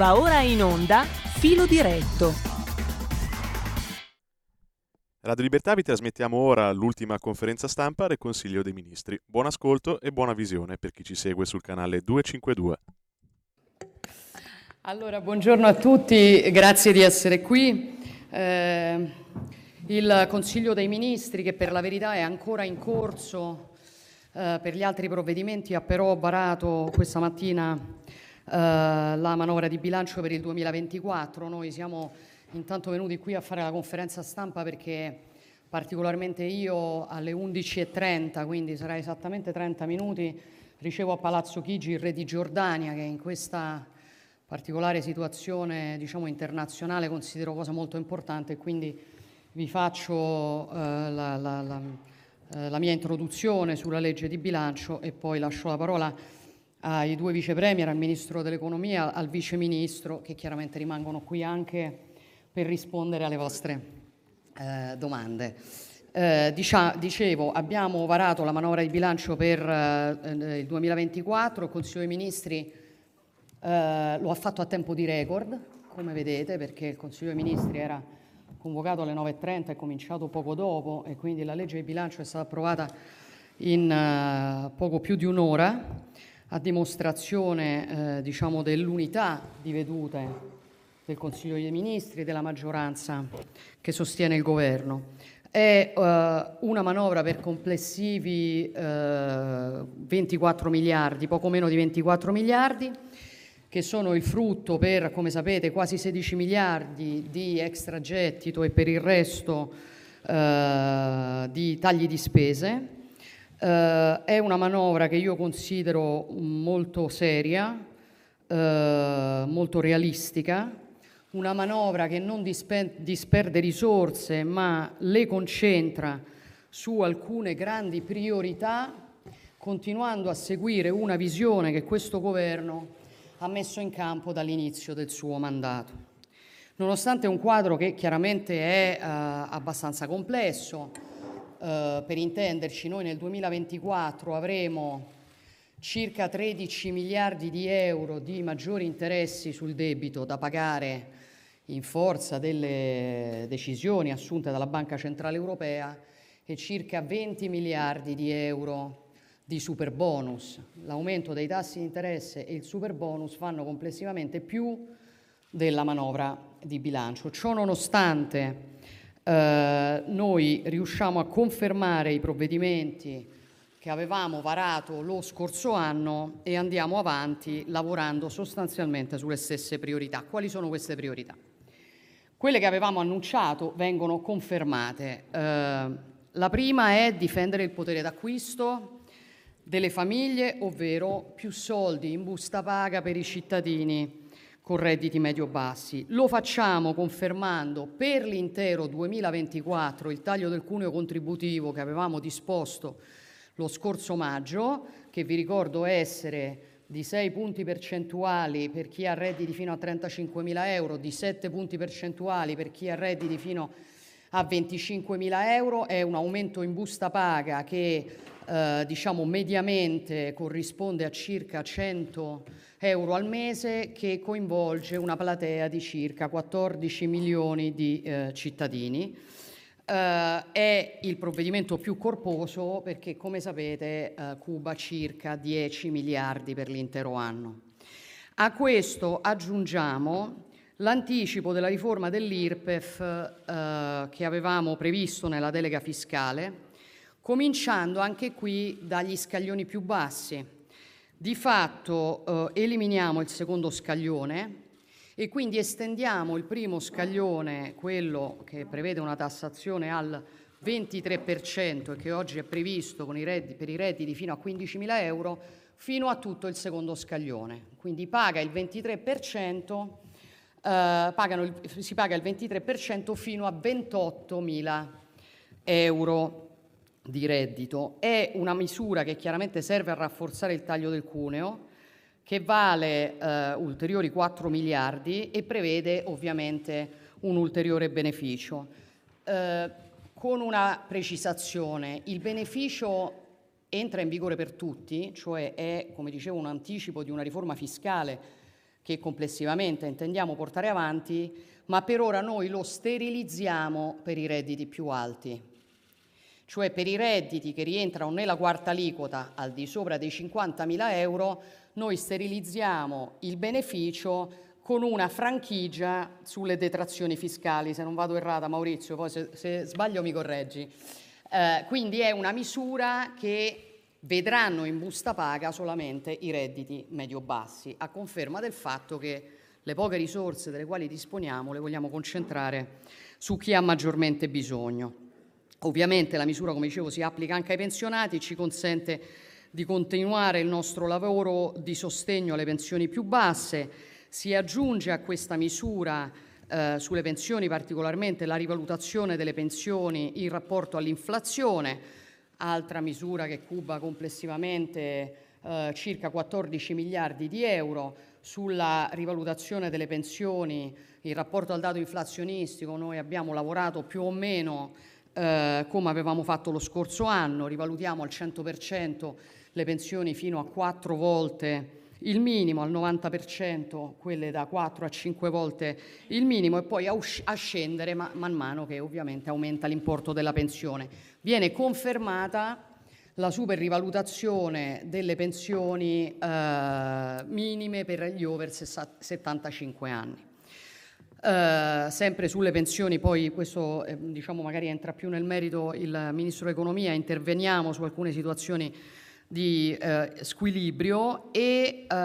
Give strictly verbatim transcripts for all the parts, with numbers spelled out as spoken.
Va ora in onda Filo Diretto. Radio Libertà vi trasmettiamo ora l'ultima conferenza stampa del Consiglio dei Ministri. Buon ascolto e buona visione per chi ci segue sul canale duecentocinquantadue. Allora, buongiorno a tutti, grazie di essere qui. Eh, il Consiglio dei Ministri, che per la verità è ancora in corso eh, per gli altri provvedimenti, ha però varato questa mattina eh, la manovra di bilancio per il duemilaventiquattro. Noi siamo intanto venuti qui a fare la conferenza stampa perché particolarmente io alle undici e trenta, quindi sarà esattamente trenta minuti, ricevo a Palazzo Chigi il re di Giordania, che in questa particolare situazione, diciamo, internazionale considero cosa molto importante, e quindi vi faccio eh, la, la, la, eh, la mia introduzione sulla legge di bilancio e poi lascio la parola ai due vice premier, al Ministro dell'Economia, al Vice Ministro, che chiaramente rimangono qui anche per rispondere alle vostre eh, domande. Eh, dicia, dicevo, abbiamo varato la manovra di bilancio per eh, il duemilaventiquattro, il Consiglio dei Ministri eh, lo ha fatto a tempo di record, come vedete, perché il Consiglio dei Ministri era convocato alle nove e trenta e cominciato poco dopo, e quindi la legge di bilancio è stata approvata in uh, poco più di un'ora, a dimostrazione eh, diciamo dell'unità di vedute del Consiglio dei Ministri e della maggioranza che sostiene il Governo. È uh, una manovra per complessivi uh, ventiquattro miliardi, poco meno di ventiquattro miliardi, che sono il frutto, per, come sapete, quasi sedici miliardi di extragettito e per il resto uh, di tagli di spese. Uh, è una manovra che io considero molto seria, uh, molto realistica, una manovra che non dispen- disperde risorse ma le concentra su alcune grandi priorità, continuando a seguire una visione che questo governo ha messo in campo dall'inizio del suo mandato. Nonostante un quadro che chiaramente è uh, abbastanza complesso, uh, per intenderci, noi nel duemilaventiquattro avremo circa tredici miliardi di euro di maggiori interessi sul debito da pagare in forza delle decisioni assunte dalla Banca Centrale Europea e circa venti miliardi di euro di superbonus. L'aumento dei tassi di interesse e il superbonus fanno complessivamente più della manovra di bilancio. Ciò nonostante, eh, noi riusciamo a confermare i provvedimenti che avevamo varato lo scorso anno e andiamo avanti lavorando sostanzialmente sulle stesse priorità. Quali sono queste priorità? Quelle che avevamo annunciato vengono confermate. Eh, la prima è difendere il potere d'acquisto delle famiglie, ovvero più soldi in busta paga per i cittadini con redditi medio-bassi. Lo facciamo confermando per l'intero duemilaventiquattro il taglio del cuneo contributivo che avevamo disposto lo scorso maggio, che vi ricordo essere di sei punti percentuali per chi ha redditi fino a trentacinquemila euro, di sette punti percentuali per chi ha redditi fino a venticinquemila euro. È un aumento in busta paga che eh, diciamo mediamente corrisponde a circa cento euro al mese, che coinvolge una platea di circa quattordici milioni di eh, cittadini. Uh, è il provvedimento più corposo perché, come sapete, uh, cuba circa dieci miliardi per l'intero anno. A questo aggiungiamo l'anticipo della riforma dell'I R P E F uh, che avevamo previsto nella delega fiscale, cominciando anche qui dagli scaglioni più bassi. Di fatto uh, eliminiamo il secondo scaglione e quindi estendiamo il primo scaglione, quello che prevede una tassazione al ventitré per cento e che oggi è previsto con i redditi, per i redditi fino a quindicimila euro, fino a tutto il secondo scaglione. Quindi paga il ventitré per cento, eh, pagano il, si paga il ventitré per cento fino a ventottomila euro di reddito. È una misura che chiaramente serve a rafforzare il taglio del cuneo, che vale eh, ulteriori quattro miliardi e prevede ovviamente un ulteriore beneficio. Eh, con una precisazione: il beneficio entra in vigore per tutti, cioè è, come dicevo, un anticipo di una riforma fiscale che complessivamente intendiamo portare avanti, ma per ora noi lo sterilizziamo per i redditi più alti, cioè per i redditi che rientrano nella quarta aliquota al di sopra dei cinquantamila euro, noi sterilizziamo il beneficio con una franchigia sulle detrazioni fiscali. Se non vado errata, Maurizio, poi se, se sbaglio mi correggi. Eh, quindi è una misura che vedranno in busta paga solamente i redditi medio-bassi, a conferma del fatto che le poche risorse delle quali disponiamo le vogliamo concentrare su chi ha maggiormente bisogno. Ovviamente la misura, come dicevo, si applica anche ai pensionati, ci consente di continuare il nostro lavoro di sostegno alle pensioni più basse. Si aggiunge a questa misura eh, sulle pensioni particolarmente la rivalutazione delle pensioni in rapporto all'inflazione, altra misura che cuba complessivamente eh, circa quattordici miliardi di euro. Sulla rivalutazione delle pensioni in rapporto al dato inflazionistico noi abbiamo lavorato più o meno eh, come avevamo fatto lo scorso anno, rivalutiamo al cento per cento le pensioni fino a quattro volte il minimo, al novanta per cento quelle da quattro a cinque volte il minimo e poi a, usci- a scendere ma- man mano che ovviamente aumenta l'importo della pensione. Viene confermata la super rivalutazione delle pensioni eh, minime per gli over settantacinque anni. Uh, sempre sulle pensioni, poi questo eh, diciamo magari entra più nel merito il Ministro dell'Economia, interveniamo su alcune situazioni di eh, squilibrio e eh,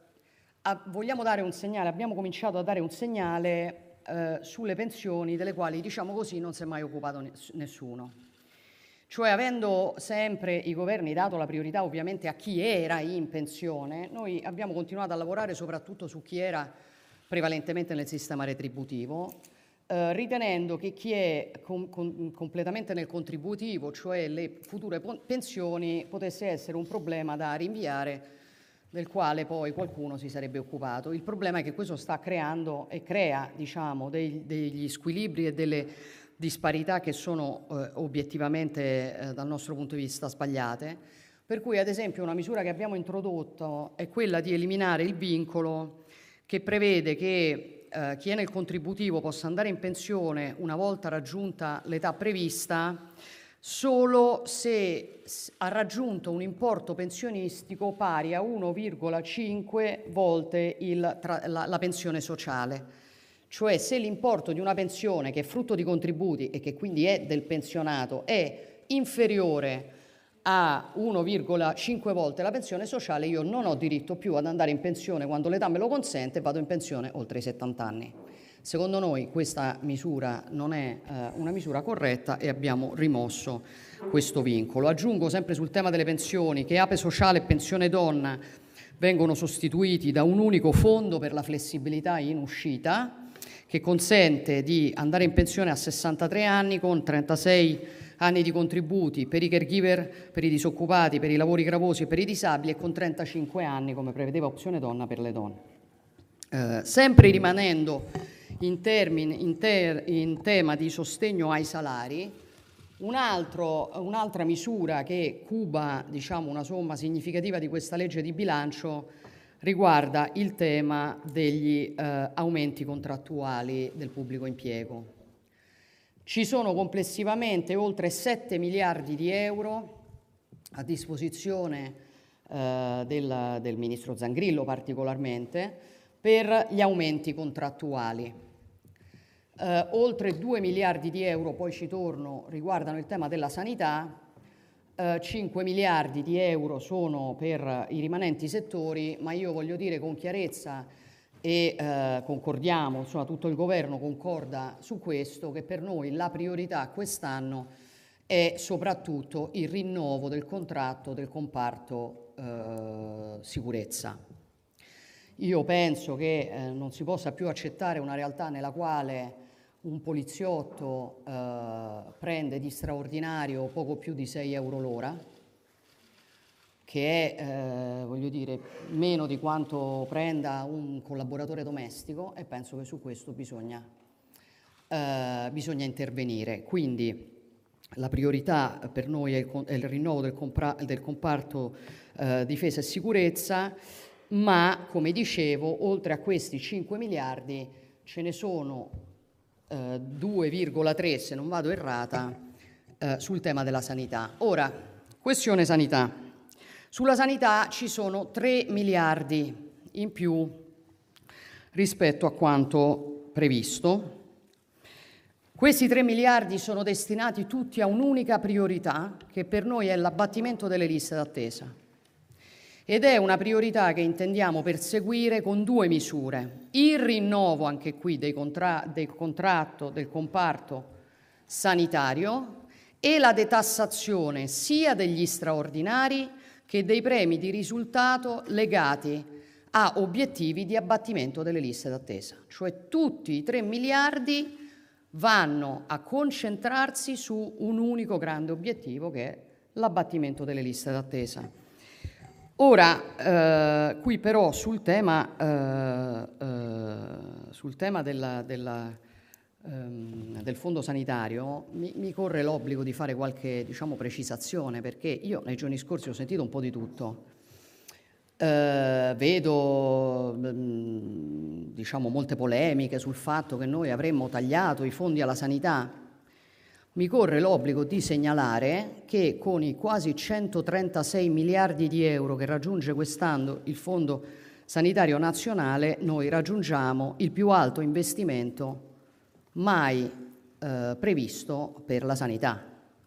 a, vogliamo dare un segnale, abbiamo cominciato a dare un segnale eh, sulle pensioni delle quali, diciamo così, non si è mai occupato nessuno. Cioè, avendo sempre i governi dato la priorità ovviamente a chi era in pensione, noi abbiamo continuato a lavorare soprattutto su chi era prevalentemente nel sistema retributivo, eh, ritenendo che chi è com- com- completamente nel contributivo, cioè le future po- pensioni, potesse essere un problema da rinviare, del quale poi qualcuno si sarebbe occupato. Il problema è che questo sta creando e crea, diciamo, dei, degli squilibri e delle disparità che sono eh, obiettivamente eh, dal nostro punto di vista sbagliate, per cui ad esempio una misura che abbiamo introdotto è quella di eliminare il vincolo che prevede che eh, chi è nel contributivo possa andare in pensione una volta raggiunta l'età prevista solo se ha raggiunto un importo pensionistico pari a uno virgola cinque volte il, tra, la, la pensione sociale. Cioè se l'importo di una pensione che è frutto di contributi e che quindi è del pensionato è inferiore a uno virgola cinque volte la pensione sociale, io non ho diritto più ad andare in pensione quando l'età me lo consente e vado in pensione oltre i settanta anni. Secondo noi questa misura non è eh, una misura corretta e abbiamo rimosso questo vincolo. Aggiungo sempre sul tema delle pensioni che A P E sociale e pensione donna vengono sostituiti da un unico fondo per la flessibilità in uscita che consente di andare in pensione a sessantatré anni con trentasei anni di contributi per i caregiver, per i disoccupati, per i lavori gravosi e per i disabili e con trentacinque anni come prevedeva opzione donna per le donne. Eh, sempre rimanendo in, termini, in, ter, in tema di sostegno ai salari, un altro, un'altra misura che cuba diciamo, una somma significativa di questa legge di bilancio riguarda il tema degli eh, aumenti contrattuali del pubblico impiego. Ci sono complessivamente oltre sette miliardi di euro a disposizione eh, del, del Ministro Zangrillo particolarmente per gli aumenti contrattuali. Eh, oltre due miliardi di euro, poi ci torno, riguardano il tema della sanità, eh, cinque miliardi di euro sono per i rimanenti settori, ma io voglio dire con chiarezza e eh, concordiamo, insomma tutto il governo concorda su questo, che per noi la priorità quest'anno è soprattutto il rinnovo del contratto del comparto eh, sicurezza. Io penso che eh, non si possa più accettare una realtà nella quale un poliziotto eh, prende di straordinario poco più di sei euro l'ora, che è, eh, voglio dire, meno di quanto prenda un collaboratore domestico, e penso che su questo bisogna, eh, bisogna intervenire. Quindi la priorità per noi è il, è il rinnovo del, compra- del comparto eh, difesa e sicurezza ma come dicevo, oltre a questi cinque miliardi ce ne sono eh, due virgola tre, se non vado errata, eh, sul tema della sanità. Ora, questione sanità. Sulla sanità ci sono tre miliardi in più rispetto a quanto previsto. Questi tre miliardi sono destinati tutti a un'unica priorità, che per noi è l'abbattimento delle liste d'attesa. Ed è una priorità che intendiamo perseguire con due misure: il rinnovo anche qui dei contra- del contratto del comparto sanitario e la detassazione sia degli straordinari che dei premi di risultato legati a obiettivi di abbattimento delle liste d'attesa. Cioè tutti i tre miliardi vanno a concentrarsi su un unico grande obiettivo, che è l'abbattimento delle liste d'attesa. Ora, eh, qui però sul tema, eh, eh, sul tema della, della, ehm, del fondo sanitario mi, mi corre l'obbligo di fare qualche, diciamo, precisazione, perché io nei giorni scorsi ho sentito un po' di tutto. Eh, vedo mh, diciamo molte polemiche sul fatto che noi avremmo tagliato i fondi alla sanità. Mi corre l'obbligo di segnalare che con i quasi centotrentasei miliardi di euro che raggiunge quest'anno il Fondo Sanitario Nazionale noi raggiungiamo il più alto investimento mai eh, previsto per la sanità.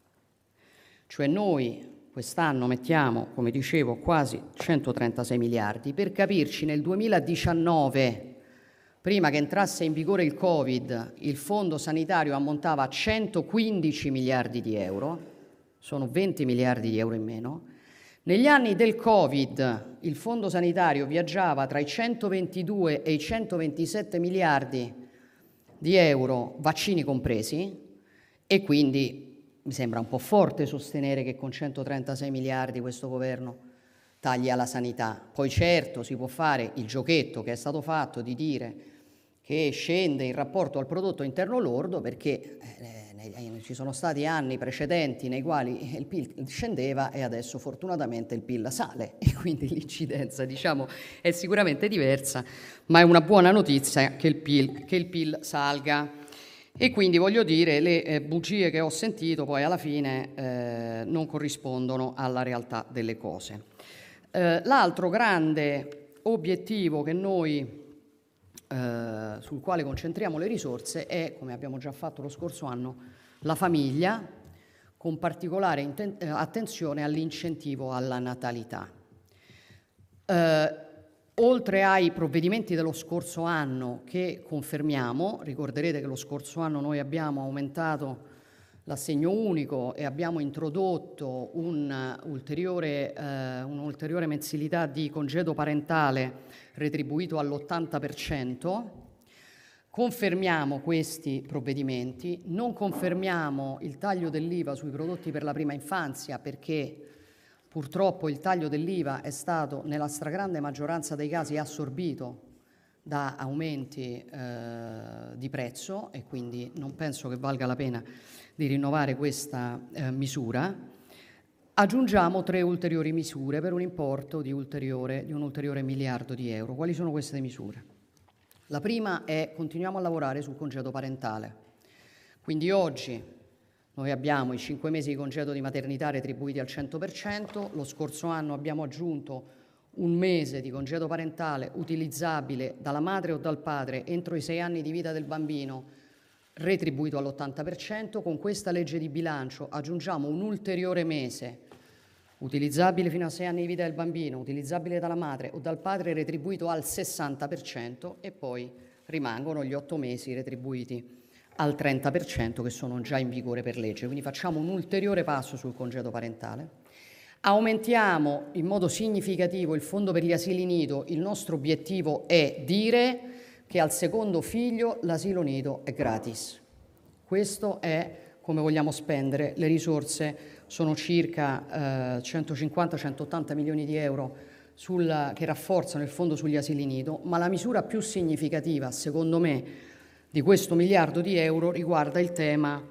Cioè noi quest'anno mettiamo, come dicevo, quasi centotrentasei miliardi. Per capirci, nel duemiladiciannove, prima che entrasse in vigore il Covid, il fondo sanitario ammontava a centoquindici miliardi di euro, sono venti miliardi di euro in meno. Negli anni del Covid il fondo sanitario viaggiava tra i centoventidue e i centoventisette miliardi di euro, vaccini compresi, e quindi mi sembra un po' forte sostenere che con centotrentasei miliardi questo governo taglia la sanità. Poi certo si può fare il giochetto che è stato fatto di dire che scende in rapporto al prodotto interno lordo, perché eh, ci sono stati anni precedenti nei quali il P I L scendeva e adesso fortunatamente il P I L sale e quindi l'incidenza, diciamo, è sicuramente diversa, ma è una buona notizia che il P I L, che il P I L salga. E quindi voglio dire, le eh, bugie che ho sentito poi alla fine eh, non corrispondono alla realtà delle cose. Eh, l'altro grande obiettivo che noi, eh, sul quale concentriamo le risorse è, come abbiamo già fatto lo scorso anno, la famiglia, con particolare inten- eh, attenzione all'incentivo alla natalità. Eh, Oltre ai provvedimenti dello scorso anno che confermiamo, ricorderete che lo scorso anno noi abbiamo aumentato l'assegno unico e abbiamo introdotto un ulteriore, eh, un'ulteriore mensilità di congedo parentale retribuito all'ottanta per cento. Confermiamo questi provvedimenti, non confermiamo il taglio dell'I V A sui prodotti per la prima infanzia, perché purtroppo il taglio dell'I V A è stato nella stragrande maggioranza dei casi assorbito da aumenti eh, di prezzo e quindi non penso che valga la pena di rinnovare questa eh, misura. Aggiungiamo tre ulteriori misure per un importo di, ulteriore, di un ulteriore miliardo di euro. Quali sono queste misure? La prima è: continuiamo a lavorare sul congedo parentale. Quindi oggi noi abbiamo i cinque mesi di congedo di maternità retribuiti al cento per cento, lo scorso anno abbiamo aggiunto un mese di congedo parentale utilizzabile dalla madre o dal padre entro i sei anni di vita del bambino, retribuito all'ottanta per cento. Con questa legge di bilancio aggiungiamo un ulteriore mese utilizzabile fino a sei anni di vita del bambino, utilizzabile dalla madre o dal padre, retribuito al sessanta per cento, e poi rimangono gli otto mesi retribuiti al trenta per cento che sono già in vigore per legge. Quindi facciamo un ulteriore passo sul congedo parentale. Aumentiamo in modo significativo il fondo per gli asili nido. Il nostro obiettivo è dire che al secondo figlio l'asilo nido è gratis. Questo è come vogliamo spendere le risorse, sono circa eh, centocinquanta centottanta milioni di euro sul, che rafforzano il fondo sugli asili nido, ma la misura più significativa, secondo me, di questo miliardo di euro riguarda il tema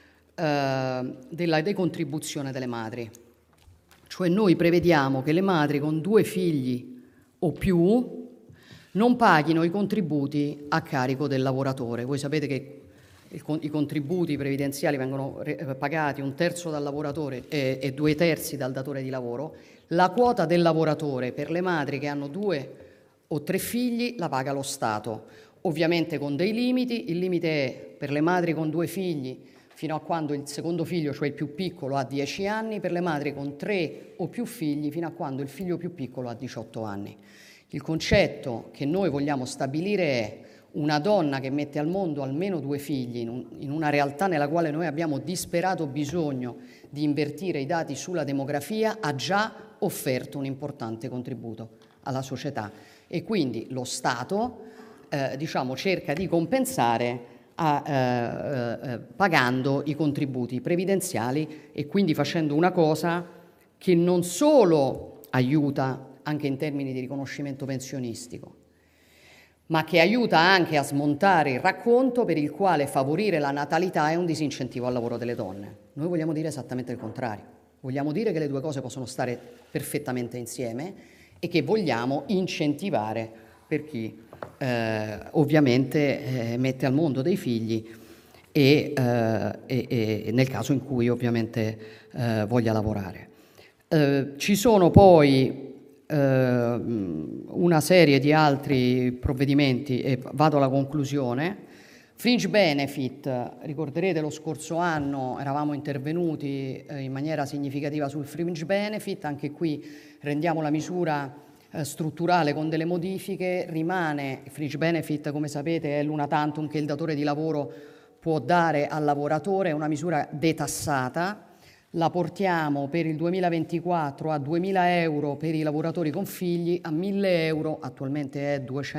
eh, della decontribuzione delle madri. Cioè noi prevediamo che le madri con due figli o più non paghino i contributi a carico del lavoratore. Voi sapete che i contributi previdenziali vengono pagati un terzo dal lavoratore e, e due terzi dal datore di lavoro. La quota del lavoratore per le madri che hanno due o tre figli la paga lo Stato, ovviamente con dei limiti. Il limite è per le madri con due figli fino a quando il secondo figlio, cioè il più piccolo, ha dieci anni, per le madri con tre o più figli fino a quando il figlio più piccolo ha diciotto anni. Il concetto che noi vogliamo stabilire è una donna che mette al mondo almeno due figli in, un, in una realtà nella quale noi abbiamo disperato bisogno di invertire i dati sulla demografia ha già offerto un importante contributo alla società e quindi lo Stato eh, diciamo, cerca di compensare a, eh, eh, pagando i contributi previdenziali e quindi facendo una cosa che non solo aiuta anche in termini di riconoscimento pensionistico, ma che aiuta anche a smontare il racconto per il quale favorire la natalità è un disincentivo al lavoro delle donne. Noi vogliamo dire esattamente il contrario. Vogliamo dire che le due cose possono stare perfettamente insieme e che vogliamo incentivare per chi eh, ovviamente eh, mette al mondo dei figli e, eh, e, e nel caso in cui ovviamente eh, voglia lavorare. Eh, ci sono poi una serie di altri provvedimenti e vado alla conclusione. Fringe benefit, ricorderete lo scorso anno eravamo intervenuti in maniera significativa sul fringe benefit, anche qui rendiamo la misura strutturale con delle modifiche, rimane il fringe benefit, come sapete è l'una tantum che il datore di lavoro può dare al lavoratore, è una misura detassata. La portiamo per il duemilaventiquattro a duemila euro per i lavoratori con figli, a mille euro, attualmente è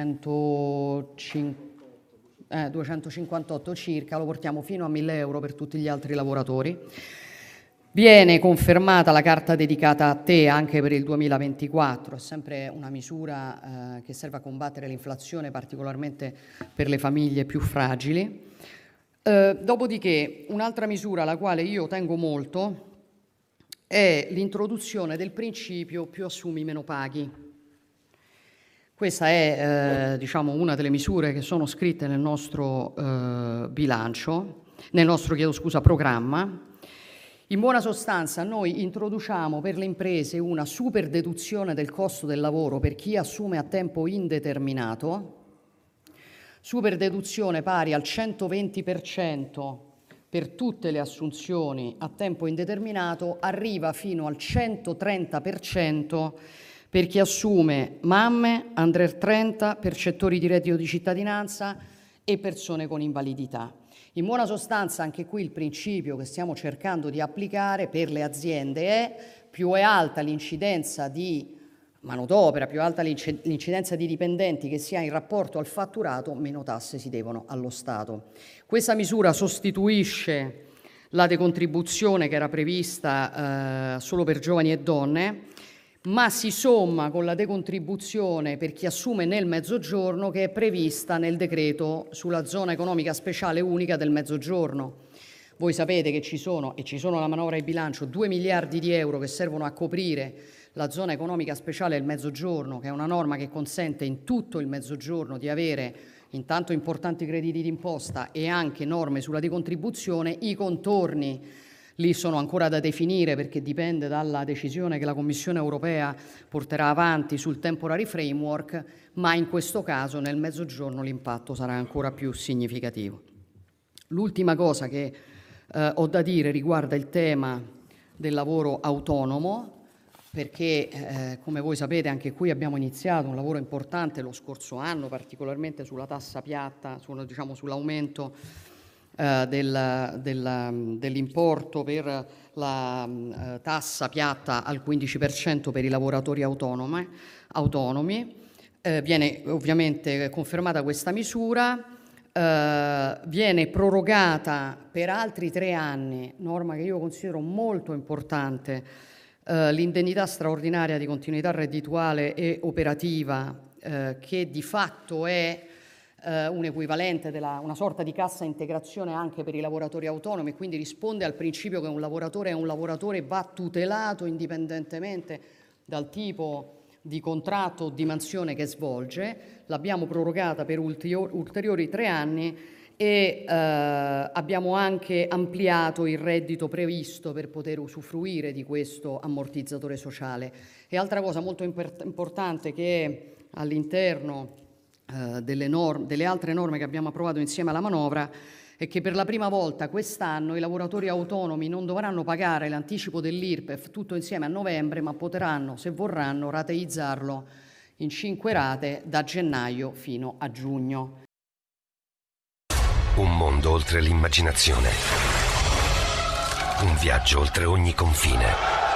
duecentocinquantotto circa, lo portiamo fino a mille euro per tutti gli altri lavoratori. Viene confermata la carta dedicata a te anche per il duemilaventiquattro, è sempre una misura eh, che serve a combattere l'inflazione, particolarmente per le famiglie più fragili. Uh, dopodiché un'altra misura alla quale io tengo molto è l'introduzione del principio più assumi meno paghi. Questa è eh, diciamo una delle misure che sono scritte nel nostro eh, bilancio, nel nostro chiedo scusa, programma. In buona sostanza noi introduciamo per le imprese una super deduzione del costo del lavoro per chi assume a tempo indeterminato, super deduzione pari al centoventi per cento per tutte le assunzioni a tempo indeterminato, arriva fino al centotrenta per cento per chi assume mamme, under trenta, percettori di reddito di cittadinanza e persone con invalidità. In buona sostanza anche qui il principio che stiamo cercando di applicare per le aziende è: più è alta l'incidenza di manodopera, più alta l'incidenza di dipendenti che si ha in rapporto al fatturato, meno tasse si devono allo Stato. Questa misura sostituisce la decontribuzione che era prevista eh, solo per giovani e donne, ma si somma con la decontribuzione per chi assume nel Mezzogiorno che è prevista nel decreto sulla zona economica speciale unica del Mezzogiorno. Voi sapete che ci sono, e ci sono la manovra di bilancio, due miliardi di euro che servono a coprire la zona economica speciale del Mezzogiorno, che è una norma che consente in tutto il Mezzogiorno di avere intanto importanti crediti d'imposta e anche norme sulla decontribuzione. I contorni lì sono ancora da definire perché dipende dalla decisione che la Commissione europea porterà avanti sul temporary framework, ma in questo caso nel Mezzogiorno l'impatto sarà ancora più significativo. L'ultima cosa che eh, ho da dire riguarda il tema del lavoro autonomo, perché eh, come voi sapete anche qui abbiamo iniziato un lavoro importante lo scorso anno, particolarmente sulla tassa piatta, su, diciamo, sull'aumento eh, del, del, dell'importo per la eh, tassa piatta al quindici per cento per i lavoratori autonome, autonomi. Eh, viene ovviamente confermata questa misura, eh, viene prorogata per altri tre anni, norma che io considero molto importante, Uh, l'indennità straordinaria di continuità reddituale e operativa, uh, che di fatto è uh, un equivalente della una sorta di cassa integrazione anche per i lavoratori autonomi, e quindi risponde al principio che un lavoratore è un lavoratore, va tutelato indipendentemente dal tipo di contratto o di mansione che svolge, l'abbiamo prorogata per ultio- ulteriori tre anni e eh, abbiamo anche ampliato il reddito previsto per poter usufruire di questo ammortizzatore sociale. E altra cosa molto import- importante che all'interno eh, delle, norm- delle altre norme che abbiamo approvato insieme alla manovra è che per la prima volta quest'anno i lavoratori autonomi non dovranno pagare l'anticipo dell'I R P E F tutto insieme a novembre, ma potranno, se vorranno, rateizzarlo in cinque rate da gennaio fino a giugno. Un mondo oltre l'immaginazione. Un viaggio oltre ogni confine.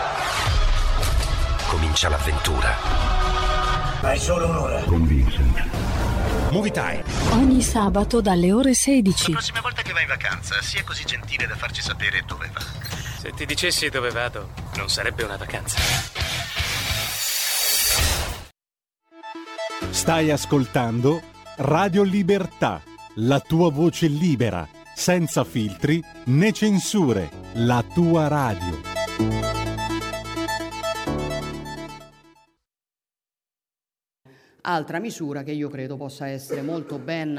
Comincia l'avventura. Hai solo un'ora. Con Vincent. Movie Time. Ogni sabato dalle ore sedici. La prossima volta che vai in vacanza, sia così gentile da farci sapere dove va. Se ti dicessi dove vado, non sarebbe una vacanza. Stai ascoltando Radio Libertà, la tua voce libera, senza filtri né censure, la tua radio. Altra misura che io credo possa essere molto ben,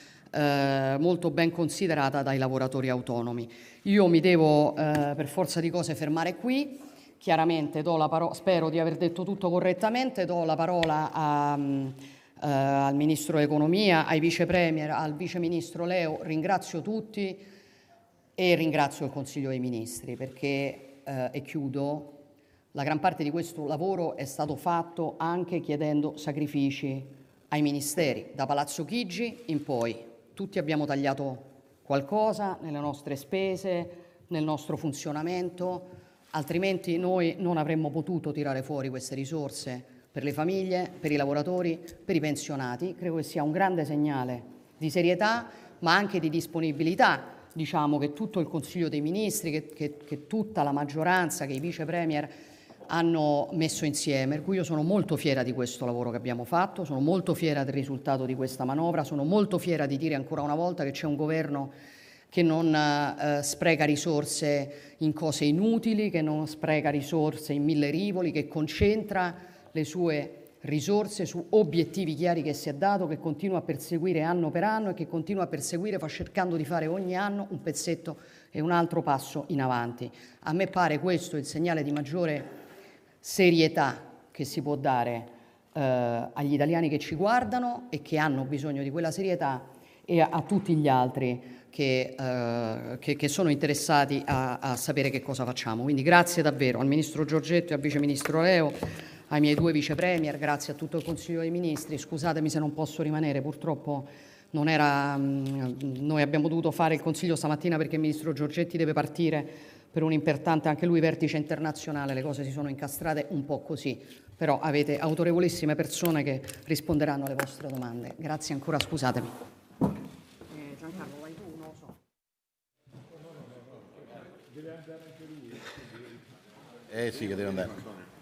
eh, molto ben considerata dai lavoratori autonomi. Io mi devo eh, per forza di cose fermare qui. Chiaramente do la parola, spero di aver detto tutto correttamente, do la parola a, eh, al Ministro dell'Economia, ai Vice Premier, al Vice Ministro Leo. Ringrazio tutti e ringrazio il Consiglio dei Ministri perché, eh, e chiudo, la gran parte di questo lavoro è stato fatto anche chiedendo sacrifici ai ministeri, da Palazzo Chigi in poi. Tutti abbiamo tagliato qualcosa nelle nostre spese, nel nostro funzionamento, altrimenti noi non avremmo potuto tirare fuori queste risorse per le famiglie, per i lavoratori, per i pensionati. Credo che sia un grande segnale di serietà, ma anche di disponibilità. Diciamo che tutto il Consiglio dei Ministri, che, che, che tutta la maggioranza, che i Vice Premier hanno messo insieme, per cui io sono molto fiera di questo lavoro che abbiamo fatto, sono molto fiera del risultato di questa manovra, sono molto fiera di dire ancora una volta che c'è un governo che non eh, spreca risorse in cose inutili, che non spreca risorse in mille rivoli, che concentra le sue risorse su obiettivi chiari che si è dato, che continua a perseguire anno per anno e che continua a perseguire fa cercando di fare ogni anno un pezzetto e un altro passo in avanti. A me pare questo il segnale di maggiore serietà che si può dare eh, agli italiani che ci guardano e che hanno bisogno di quella serietà e a, a tutti gli altri che, eh, che, che sono interessati a, a sapere che cosa facciamo. Quindi grazie davvero al Ministro Giorgetto e al Vice Ministro Leo, ai miei due Vice Premier, grazie a tutto il Consiglio dei Ministri. Scusatemi se non posso rimanere, purtroppo non era, mh, noi abbiamo dovuto fare il Consiglio stamattina perché il Ministro Giorgetti deve partire per un importante, anche lui, vertice internazionale. Le cose si sono incastrate un po' così, però avete autorevolissime persone che risponderanno alle vostre domande. Grazie ancora, scusatemi. Eh, Giancarlo, vai tu, non lo so. Deve andare anche lui. Eh sì, che deve andare.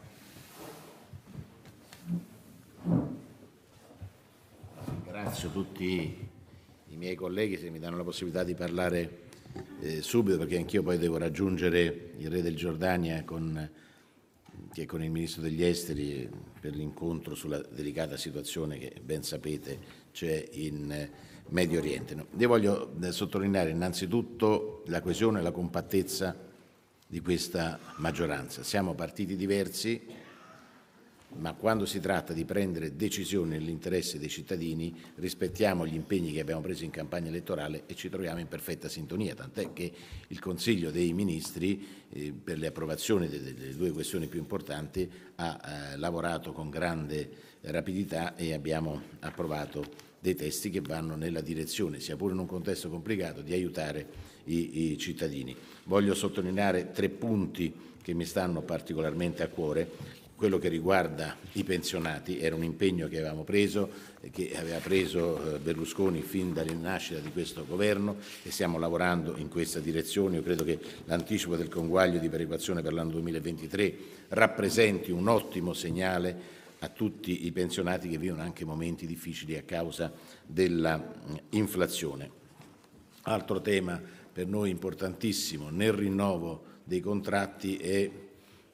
Ringrazio tutti i miei colleghi se mi danno la possibilità di parlare Eh, subito, perché anch'io poi devo raggiungere il re del Giordania con, che con il Ministro degli Esteri per l'incontro sulla delicata situazione che ben sapete c'è in Medio Oriente. No, io voglio sottolineare innanzitutto la coesione e la compattezza di questa maggioranza. Siamo partiti diversi, ma quando si tratta di prendere decisioni nell'interesse dei cittadini rispettiamo gli impegni che abbiamo preso in campagna elettorale e ci troviamo in perfetta sintonia, tant'è che il Consiglio dei Ministri eh, per le approvazioni delle, delle due questioni più importanti ha eh, lavorato con grande rapidità e abbiamo approvato dei testi che vanno nella direzione, sia pure in un contesto complicato, di aiutare i, i cittadini. Voglio sottolineare tre punti che mi stanno particolarmente a cuore. Quello che riguarda i pensionati era un impegno che avevamo preso, che aveva preso Berlusconi fin dalla nascita di questo governo e stiamo lavorando in questa direzione. Io credo che l'anticipo del conguaglio di perequazione per l'anno duemilaventitré rappresenti un ottimo segnale a tutti i pensionati che vivono anche momenti difficili a causa dell'inflazione. Altro tema per noi importantissimo nel rinnovo dei contratti è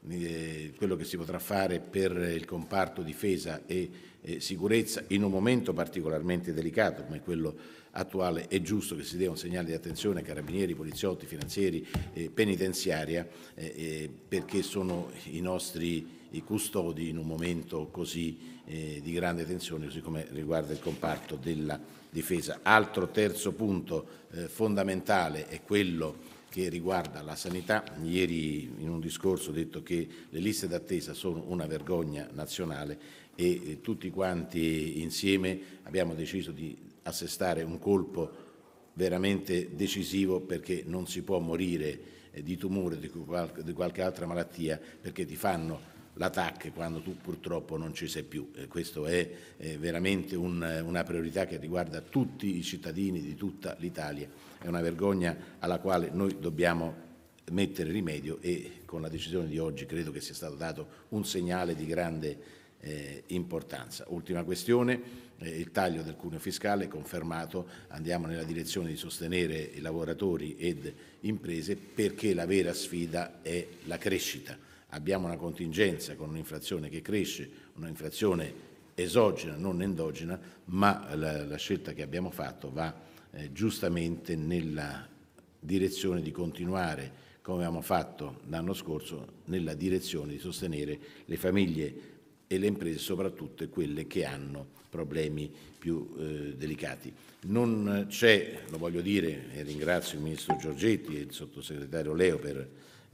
eh, quello che si potrà fare per il comparto difesa e eh, sicurezza in un momento particolarmente delicato come quello attuale. È giusto che si dia un segnale di attenzione ai carabinieri, poliziotti, finanzieri, eh, penitenziaria, eh, eh, perché sono i nostri i custodi in un momento così eh, di grande tensione, così come riguarda il comparto della difesa. Altro terzo punto eh, fondamentale è quello che riguarda la sanità. Ieri in un discorso ho detto che le liste d'attesa sono una vergogna nazionale e eh, tutti quanti insieme abbiamo deciso di assestare un colpo veramente decisivo, perché non si può morire eh, di tumore, di, qual- di qualche altra malattia, perché ti fanno la T A C quando tu purtroppo non ci sei più. Eh, questo è eh, veramente un, una priorità che riguarda tutti i cittadini di tutta l'Italia. È una vergogna alla quale noi dobbiamo mettere rimedio e con la decisione di oggi credo che sia stato dato un segnale di grande eh, importanza. Ultima questione, eh, il taglio del cuneo fiscale confermato, andiamo nella direzione di sostenere i lavoratori ed imprese, perché la vera sfida è la crescita. Abbiamo una contingenza con un'inflazione che cresce, un'inflazione esogena, non endogena, ma la, la scelta che abbiamo fatto va eh, giustamente nella direzione di continuare, come abbiamo fatto l'anno scorso, nella direzione di sostenere le famiglie e le imprese, soprattutto quelle che hanno problemi più eh, delicati. Non c'è, lo voglio dire, e ringrazio il Ministro Giorgetti e il Sottosegretario Leo per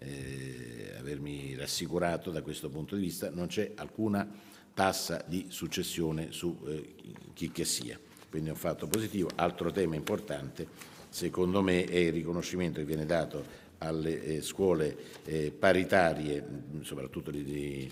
Eh, avermi rassicurato da questo punto di vista, non c'è alcuna tassa di successione su eh, chi che sia, quindi è un fatto positivo. Altro tema importante secondo me è il riconoscimento che viene dato alle eh, scuole eh, paritarie, soprattutto le, le,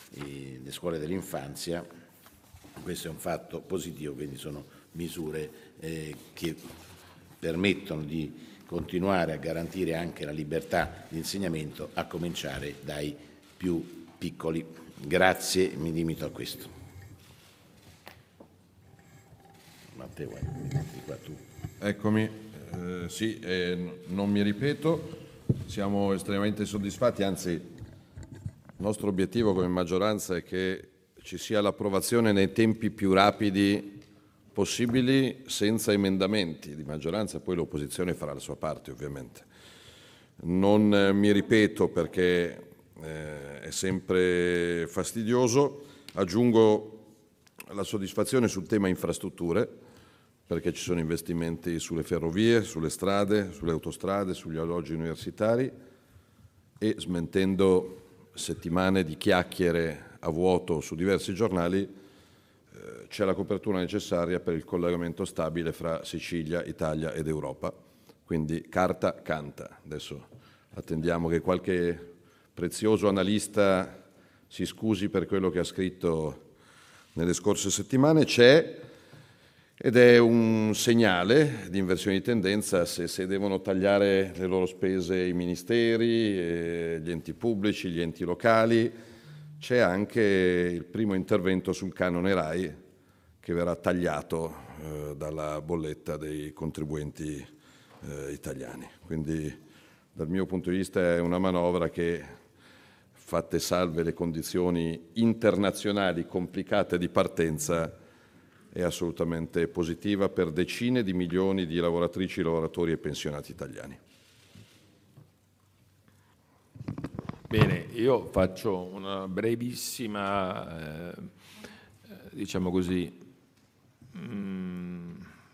le scuole dell'infanzia. Questo è un fatto positivo, quindi sono misure eh, che permettono di continuare a garantire anche la libertà di insegnamento, a cominciare dai più piccoli. Grazie, mi limito a questo. Matteo, di qua tu. Eccomi, eh, sì, eh, non mi ripeto, siamo estremamente soddisfatti, anzi il nostro obiettivo come maggioranza è che ci sia l'approvazione nei tempi più rapidi possibili, senza emendamenti di maggioranza, poi l'opposizione farà la sua parte ovviamente. Non eh, mi ripeto perché eh, è sempre fastidioso, aggiungo la soddisfazione sul tema infrastrutture, perché ci sono investimenti sulle ferrovie, sulle strade, sulle autostrade, sugli alloggi universitari, e smentendo settimane di chiacchiere a vuoto su diversi giornali, c'è la copertura necessaria per il collegamento stabile fra Sicilia, Italia ed Europa, quindi carta canta. Adesso attendiamo che qualche prezioso analista si scusi per quello che ha scritto nelle scorse settimane. C'è, ed è un segnale di inversione di tendenza. Se, se devono tagliare le loro spese i ministeri, eh, gli enti pubblici, gli enti locali, c'è anche il primo intervento sul canone RAI che verrà tagliato eh, dalla bolletta dei contribuenti eh, italiani. Quindi dal mio punto di vista è una manovra che, fatte salve le condizioni internazionali complicate di partenza, è assolutamente positiva per decine di milioni di lavoratrici, lavoratori e pensionati italiani. Bene, io faccio una brevissima, eh, diciamo così, mh,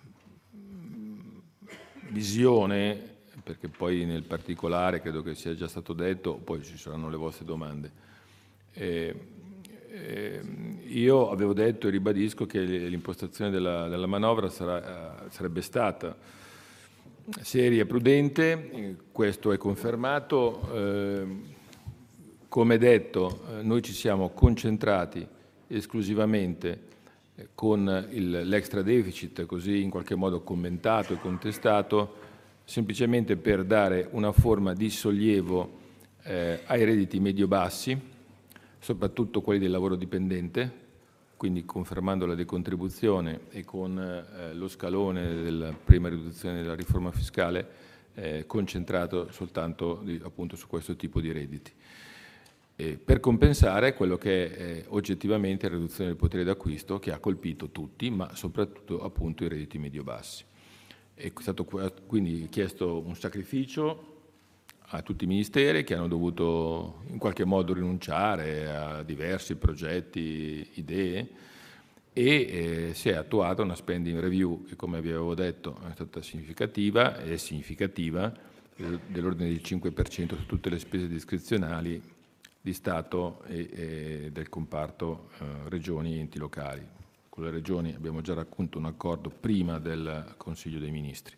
visione, perché poi nel particolare credo che sia già stato detto, poi ci saranno le vostre domande. Eh, eh, io avevo detto e ribadisco che l'impostazione della, della manovra sarà, sarebbe stata seria e prudente, questo è confermato. Eh, Come detto, noi ci siamo concentrati esclusivamente con il, l'extra deficit, così in qualche modo commentato e contestato, semplicemente per dare una forma di sollievo eh, ai redditi medio-bassi, soprattutto quelli del lavoro dipendente, quindi confermando la decontribuzione e con eh, lo scalone della prima riduzione della riforma fiscale eh, concentrato soltanto di, appunto su questo tipo di redditi. eh, per compensare quello che è eh, oggettivamente la riduzione del potere d'acquisto che ha colpito tutti, ma soprattutto appunto i redditi medio-bassi. È stato quindi chiesto un sacrificio a tutti i ministeri che hanno dovuto in qualche modo rinunciare a diversi progetti, idee, e eh, si è attuata una spending review che, come vi avevo detto, è stata significativa, è significativa, eh, dell'ordine del cinque per cento su tutte le spese discrezionali di Stato e, e del comparto eh, regioni e enti locali. Con le regioni abbiamo già raggiunto un accordo prima del Consiglio dei Ministri.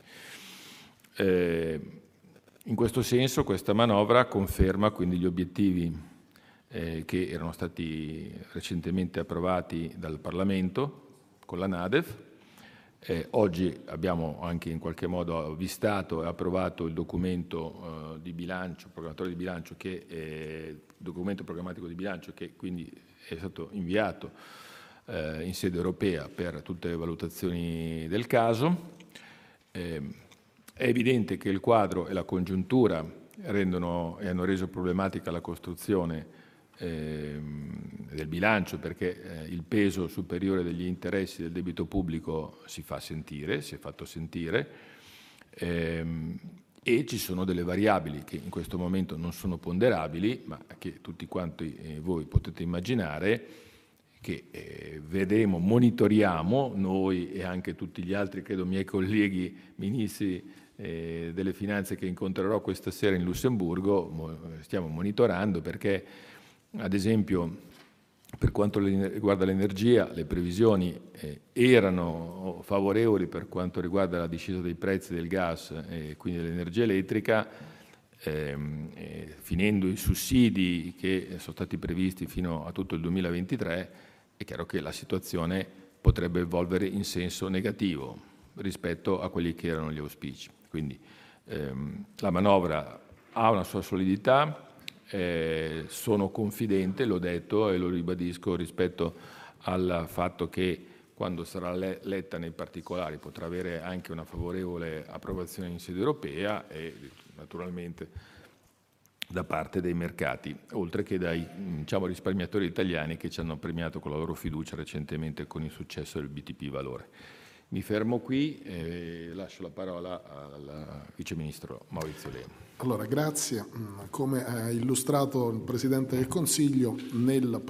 Eh, In questo senso questa manovra conferma quindi gli obiettivi eh, che erano stati recentemente approvati dal Parlamento con la NADEF. Eh, oggi abbiamo anche in qualche modo avvistato e approvato il documento eh, di bilancio, programmatore di bilancio, che è, documento programmatico di bilancio che quindi è stato inviato eh, in sede europea per tutte le valutazioni del caso. Eh, È evidente che il quadro e la congiuntura rendono e hanno reso problematica la costruzione eh, del bilancio, perché eh, il peso superiore degli interessi del debito pubblico si fa sentire, si è fatto sentire, ehm, e ci sono delle variabili che in questo momento non sono ponderabili, ma che tutti quanti eh, voi potete immaginare, che eh, vedremo, monitoriamo noi e anche tutti gli altri, credo, miei colleghi ministri eh, delle finanze che incontrerò questa sera in Lussemburgo, mo, stiamo monitorando, perché ad esempio per quanto riguarda l'energia le previsioni eh, erano favorevoli per quanto riguarda la discesa dei prezzi del gas e quindi dell'energia elettrica. Ehm, eh, finendo i sussidi che sono stati previsti fino a tutto il duemilaventitré, è chiaro che la situazione potrebbe evolvere in senso negativo rispetto a quelli che erano gli auspici. Quindi ehm, la manovra ha una sua solidità, eh, sono confidente, l'ho detto e lo ribadisco, rispetto al fatto che quando sarà letta nei particolari potrà avere anche una favorevole approvazione in sede europea e naturalmente da parte dei mercati, oltre che dai diciamo, risparmiatori italiani che ci hanno premiato con la loro fiducia recentemente con il successo del B T P Valore. Mi fermo qui e lascio la parola al Vice Ministro Maurizio Leo. Allora, grazie. Come ha illustrato il Presidente del Consiglio, nel,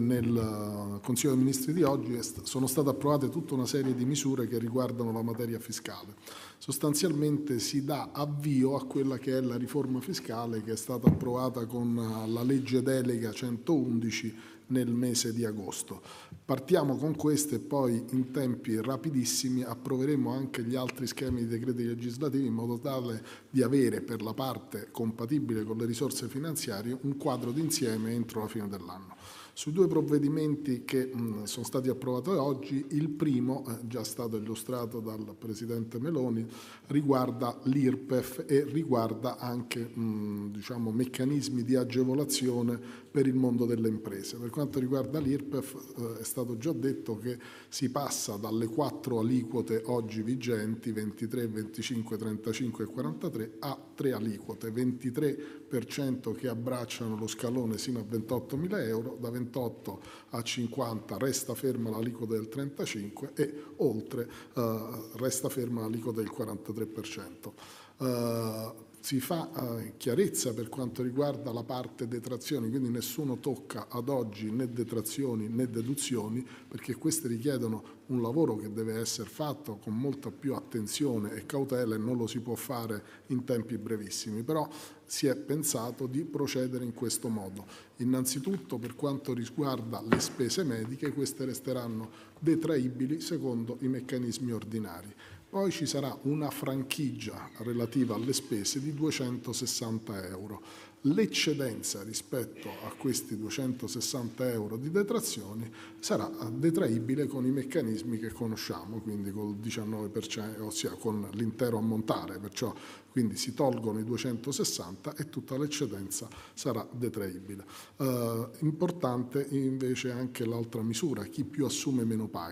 nel Consiglio dei Ministri di oggi sono state approvate tutta una serie di misure che riguardano la materia fiscale. Sostanzialmente si dà avvio a quella che è la riforma fiscale che è stata approvata con la legge delega centoundici nel mese di agosto. Partiamo con queste e poi in tempi rapidissimi approveremo anche gli altri schemi di decreti legislativi in modo tale di avere per la parte compatibile con le risorse finanziarie un quadro d'insieme entro la fine dell'anno. Sui due provvedimenti che mh, sono stati approvati oggi, il primo, eh, già stato illustrato dal Presidente Meloni, riguarda l'I R P E F e riguarda anche mh, diciamo, meccanismi di agevolazione per il mondo delle imprese. Per quanto riguarda l'I R P E F eh, è stato già detto che si passa dalle quattro aliquote oggi vigenti, ventitré, venticinque, trentacinque e quarantatré, a tre aliquote, ventitré per cento che abbracciano lo scalone sino a ventottomila euro, da ventotto a cinquanta resta ferma l'aliquota del trentacinque e oltre eh, resta ferma l'aliquota del quarantatré per cento. Eh, si fa eh, chiarezza per quanto riguarda la parte detrazioni, quindi nessuno tocca ad oggi né detrazioni né deduzioni, perché queste richiedono un lavoro che deve essere fatto con molta più attenzione e cautela e non lo si può fare in tempi brevissimi, però si è pensato di procedere in questo modo. Innanzitutto per quanto riguarda le spese mediche, queste resteranno detraibili secondo i meccanismi ordinari. Poi ci sarà una franchigia relativa alle spese di duecentosessanta euro. L'eccedenza rispetto a questi duecentosessanta euro di detrazioni sarà detraibile con i meccanismi che conosciamo, quindi col diciannove per cento, ossia con l'intero ammontare, perciò quindi si tolgono i duecentosessanta e tutta l'eccedenza sarà detraibile. Eh, importante invece anche l'altra misura, chi più assume meno paga,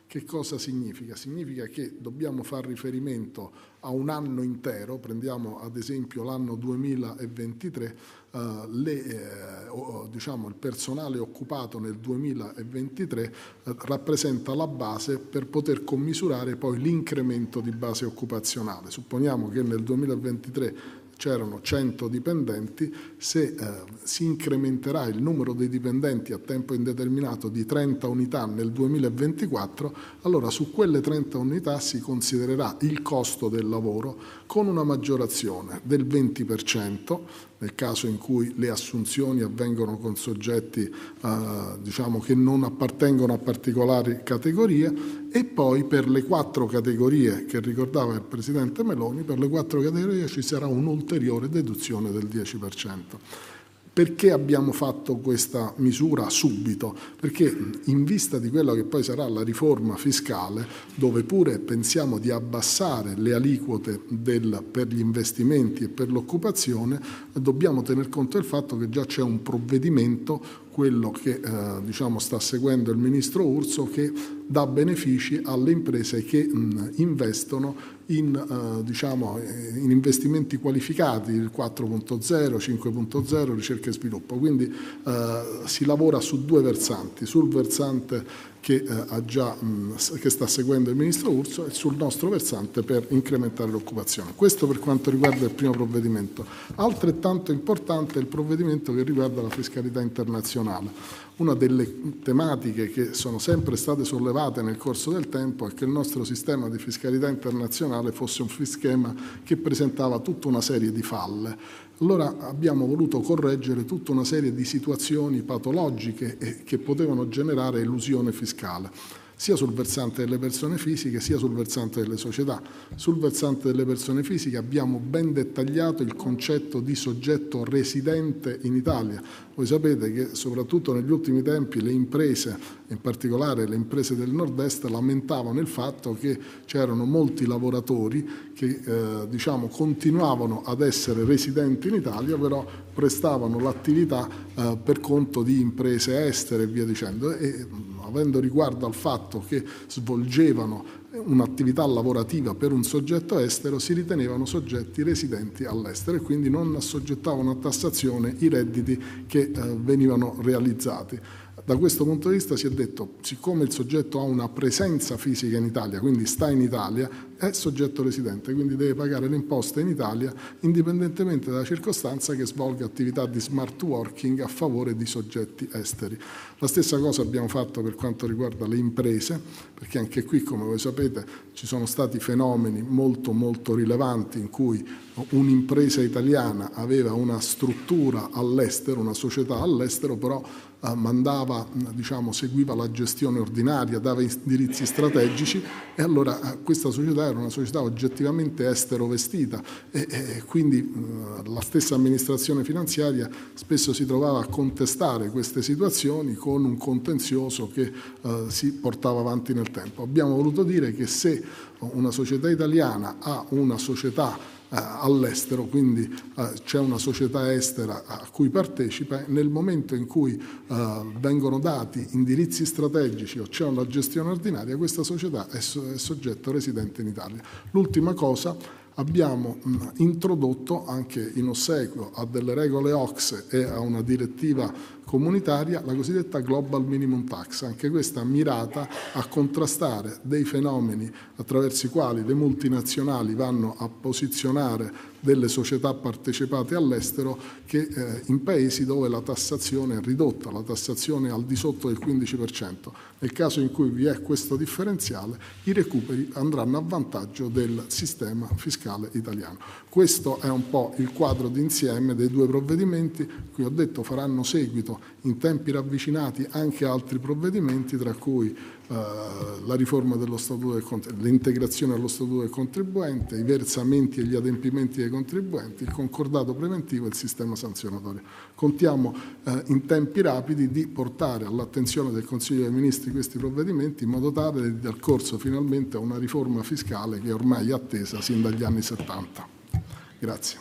Che cosa significa? Significa che dobbiamo fare riferimento a un anno intero, prendiamo ad esempio l'anno duemilaventitré, eh, le, eh, diciamo, il personale occupato nel duemilaventitré eh, rappresenta la base per poter commisurare poi l'incremento di base occupazionale. Supponiamo che nel duemilaventitré c'erano cento dipendenti, se eh, si incrementerà il numero dei dipendenti a tempo indeterminato di trenta unità nel duemilaventiquattro, allora su quelle trenta unità si considererà il costo del lavoro con una maggiorazione del venti per cento nel caso in cui le assunzioni avvengono con soggetti eh, diciamo che non appartengono a particolari categorie, e poi per le quattro categorie che ricordava il Presidente Meloni, per le quattro categorie ci sarà un'ulteriore deduzione del dieci per cento. Perché abbiamo fatto questa misura subito? Perché in vista di quella che poi sarà la riforma fiscale, dove pure pensiamo di abbassare le aliquote del, per gli investimenti e per l'occupazione, dobbiamo tener conto del fatto che già c'è un provvedimento, quello che eh, diciamo sta seguendo il Ministro Urso, che dà benefici alle imprese che mh, investono in, eh, diciamo, in investimenti qualificati, il quattro punto zero, cinque punto zero, ricerca e sviluppo. Quindi eh, si lavora su due versanti, sul versante che, eh, ha già, mh, che sta seguendo il Ministro Urso e sul nostro versante per incrementare l'occupazione. Questo per quanto riguarda il primo provvedimento. Altrettanto importante è il provvedimento che riguarda la fiscalità internazionale. Una delle tematiche che sono sempre state sollevate nel corso del tempo è che il nostro sistema di fiscalità internazionale fosse un schema che presentava tutta una serie di falle. Allora abbiamo voluto correggere tutta una serie di situazioni patologiche e che potevano generare elusione fiscale, sia sul versante delle persone fisiche sia sul versante delle società. Sul versante delle persone fisiche abbiamo ben dettagliato il concetto di soggetto residente in Italia. Voi sapete che soprattutto negli ultimi tempi le imprese, in particolare le imprese del nord-est, lamentavano il fatto che c'erano molti lavoratori che eh, diciamo, continuavano ad essere residenti in Italia, però prestavano l'attività eh, per conto di imprese estere e via dicendo. E, avendo riguardo al fatto che svolgevano un'attività lavorativa per un soggetto estero, si ritenevano soggetti residenti all'estero e quindi non assoggettavano a tassazione i redditi che eh, venivano realizzati. Da questo punto di vista si è detto, siccome il soggetto ha una presenza fisica in Italia, quindi sta in Italia, è soggetto residente, quindi deve pagare le imposte in Italia indipendentemente dalla circostanza che svolga attività di smart working a favore di soggetti esteri. La stessa cosa abbiamo fatto per quanto riguarda le imprese, perché anche qui, come voi sapete, ci sono stati fenomeni molto molto rilevanti in cui un'impresa italiana aveva una struttura all'estero, una società all'estero, però eh, mandava, diciamo, seguiva la gestione ordinaria, dava indirizzi strategici e allora eh, questa società era una società oggettivamente estero vestita e, e quindi eh, la stessa amministrazione finanziaria spesso si trovava a contestare queste situazioni con un contenzioso che eh, si portava avanti nel tempo. Abbiamo voluto dire che se una società italiana ha una società Uh, all'estero, quindi uh, c'è una società estera a cui partecipa, nel momento in cui uh, vengono dati indirizzi strategici o c'è una gestione ordinaria, questa società è, so- è soggetto residente in Italia. L'ultima cosa, abbiamo mh, introdotto anche in ossequio a delle regole O C S E e a una direttiva comunitaria la cosiddetta Global Minimum Tax, anche questa mirata a contrastare dei fenomeni attraverso i quali le multinazionali vanno a posizionare delle società partecipate all'estero che eh, in paesi dove la tassazione è ridotta, la tassazione è al di sotto del quindici per cento. Nel caso in cui vi è questo differenziale, i recuperi andranno a vantaggio del sistema fiscale italiano. Questo è un po' il quadro d'insieme dei due provvedimenti, qui ho detto faranno seguito in tempi ravvicinati anche altri provvedimenti, tra cui Uh, la riforma dello statuto del contribuente, l'integrazione allo statuto del contribuente, i versamenti e gli adempimenti dei contribuenti, il concordato preventivo e il sistema sanzionatorio. Contiamo uh, in tempi rapidi di portare all'attenzione del Consiglio dei Ministri questi provvedimenti in modo tale di dar corso finalmente a una riforma fiscale che ormai è attesa sin dagli anni settanta. Grazie.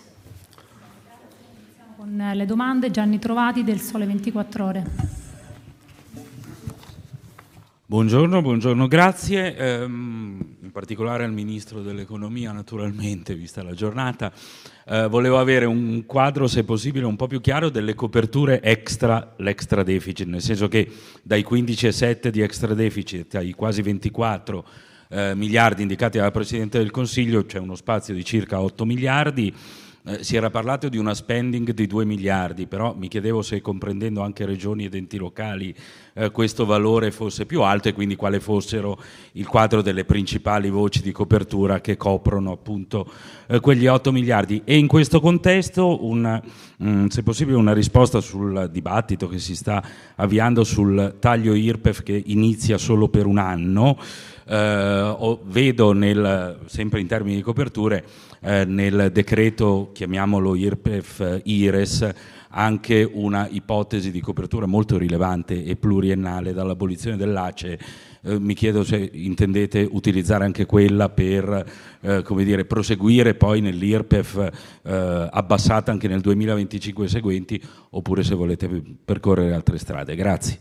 Con le domande, Gianni Trovati del Sole ventiquattro Ore. Buongiorno, buongiorno, grazie. Ehm, in particolare al Ministro dell'Economia, naturalmente, vista la giornata. Eh, volevo avere un quadro, se possibile, un po' più chiaro delle coperture extra l'extra deficit, nel senso che dai quindici virgola sette di extra deficit ai quasi ventiquattro eh, miliardi indicati dalla Presidente del Consiglio c'è uno spazio di circa otto miliardi. Eh, si era parlato di una spending di due miliardi, però mi chiedevo se, comprendendo anche regioni ed enti locali, eh, questo valore fosse più alto e quindi quale fossero il quadro delle principali voci di copertura che coprono appunto eh, quegli otto miliardi. E in questo contesto, una, mh, se possibile, una risposta sul dibattito che si sta avviando sul taglio I R P E F che inizia solo per un anno. Eh, vedo nel, sempre in termini di coperture, eh, nel decreto, chiamiamolo I R P E F I R E S, anche una ipotesi di copertura molto rilevante e pluriennale dall'abolizione dell'A C E. Eh, mi chiedo se intendete utilizzare anche quella per eh, come dire, proseguire poi nell'I R P E F eh, abbassata anche nel duemilaventicinque e seguenti, oppure se volete percorrere altre strade. Grazie.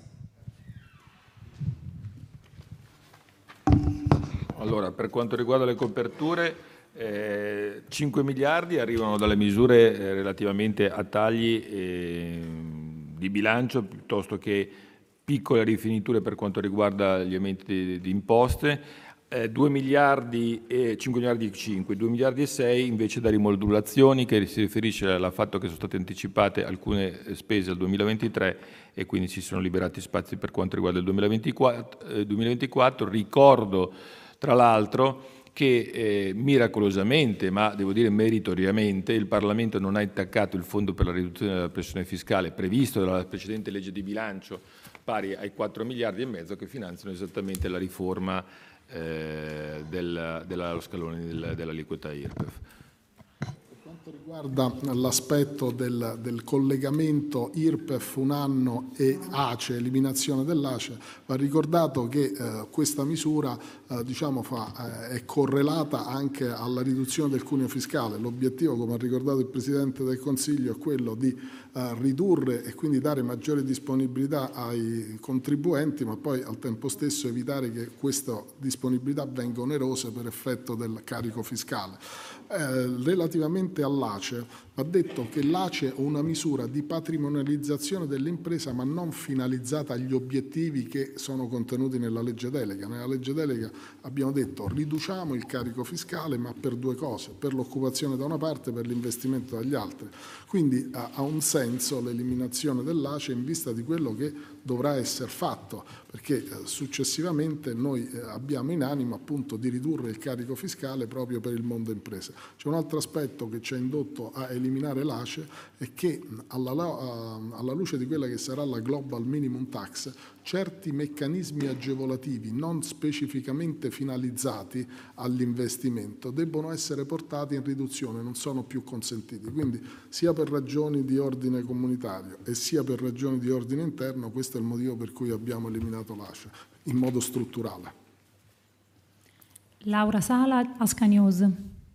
Allora, per quanto riguarda le coperture, eh, cinque miliardi arrivano dalle misure eh, relativamente a tagli eh, di bilancio, piuttosto che piccole rifiniture per quanto riguarda gli aumenti di, di imposte, eh, due miliardi e cinque miliardi e cinque, due miliardi e sei invece da rimodulazioni, che si riferisce al fatto che sono state anticipate alcune spese al duemilaventitré e quindi si sono liberati spazi per quanto riguarda il duemilaventiquattro. Eh, duemilaventiquattro. Ricordo tra l'altro che eh, miracolosamente, ma devo dire meritoriamente, il Parlamento non ha intaccato il fondo per la riduzione della pressione fiscale previsto dalla precedente legge di bilancio, pari ai quattro miliardi e mezzo, che finanziano esattamente la riforma eh, del, dello scalone del, dell'aliquota I R P E F. Riguarda l'aspetto del, del collegamento I R P E F un anno e A C E, eliminazione dell'A C E, va ricordato che eh, questa misura eh, diciamo fa, eh, è correlata anche alla riduzione del cuneo fiscale. L'obiettivo, come ha ricordato il Presidente del Consiglio, è quello di eh, ridurre e quindi dare maggiore disponibilità ai contribuenti, ma poi al tempo stesso evitare che queste disponibilità vengano onerose per effetto del carico fiscale. Eh, relativamente all'A C E, va detto che l'A C E è una misura di patrimonializzazione dell'impresa, ma non finalizzata agli obiettivi che sono contenuti nella legge delega. Nella legge delega abbiamo detto riduciamo il carico fiscale, ma per due cose: per l'occupazione da una parte e per l'investimento dagli altri. Quindi ha, ha un senso l'eliminazione dell'A C E in vista di quello che dovrà essere fatto, perché eh, successivamente noi eh, abbiamo in animo appunto di ridurre il carico fiscale proprio per il mondo imprese. C'è un altro aspetto che ci ha indotto a eliminare l'A C E è che alla, alla luce di quella che sarà la Global Minimum Tax, certi meccanismi agevolativi non specificamente finalizzati all'investimento debbono essere portati in riduzione, non sono più consentiti. Quindi sia per ragioni di ordine comunitario e sia per ragioni di ordine interno, questo è il motivo per cui abbiamo eliminato l'A C E in modo strutturale. Laura Sala, Ascanius.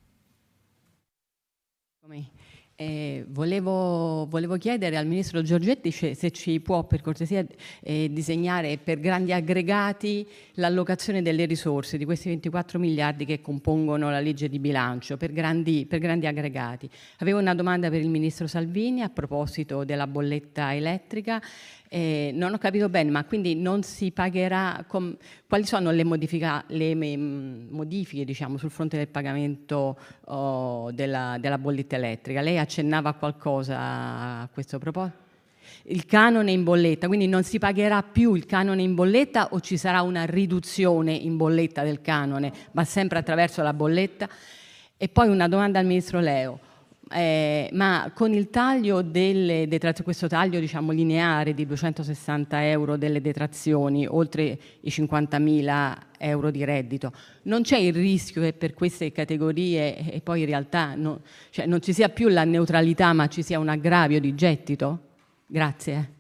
Eh, volevo, volevo chiedere al Ministro Giorgetti se ci può per cortesia eh, disegnare per grandi aggregati l'allocazione delle risorse di questi ventiquattro miliardi che compongono la legge di bilancio, per grandi, per grandi aggregati. Avevo una domanda per il Ministro Salvini a proposito della bolletta elettrica. Eh, non ho capito bene, ma quindi non si pagherà, com, quali sono le, modifica, le m, modifiche diciamo, sul fronte del pagamento oh, della, della bolletta elettrica? Lei accennava a qualcosa a questo proposito? Il canone in bolletta, quindi non si pagherà più il canone in bolletta o ci sarà una riduzione in bolletta del canone, ma sempre attraverso la bolletta? E poi una domanda al Ministro Leo. Eh, ma con il taglio delle detrazioni, questo taglio diciamo lineare di duecentosessanta euro delle detrazioni, oltre i cinquantamila euro di reddito, non c'è il rischio che per queste categorie e poi in realtà no, cioè non ci sia più la neutralità ma ci sia un aggravio di gettito? Grazie.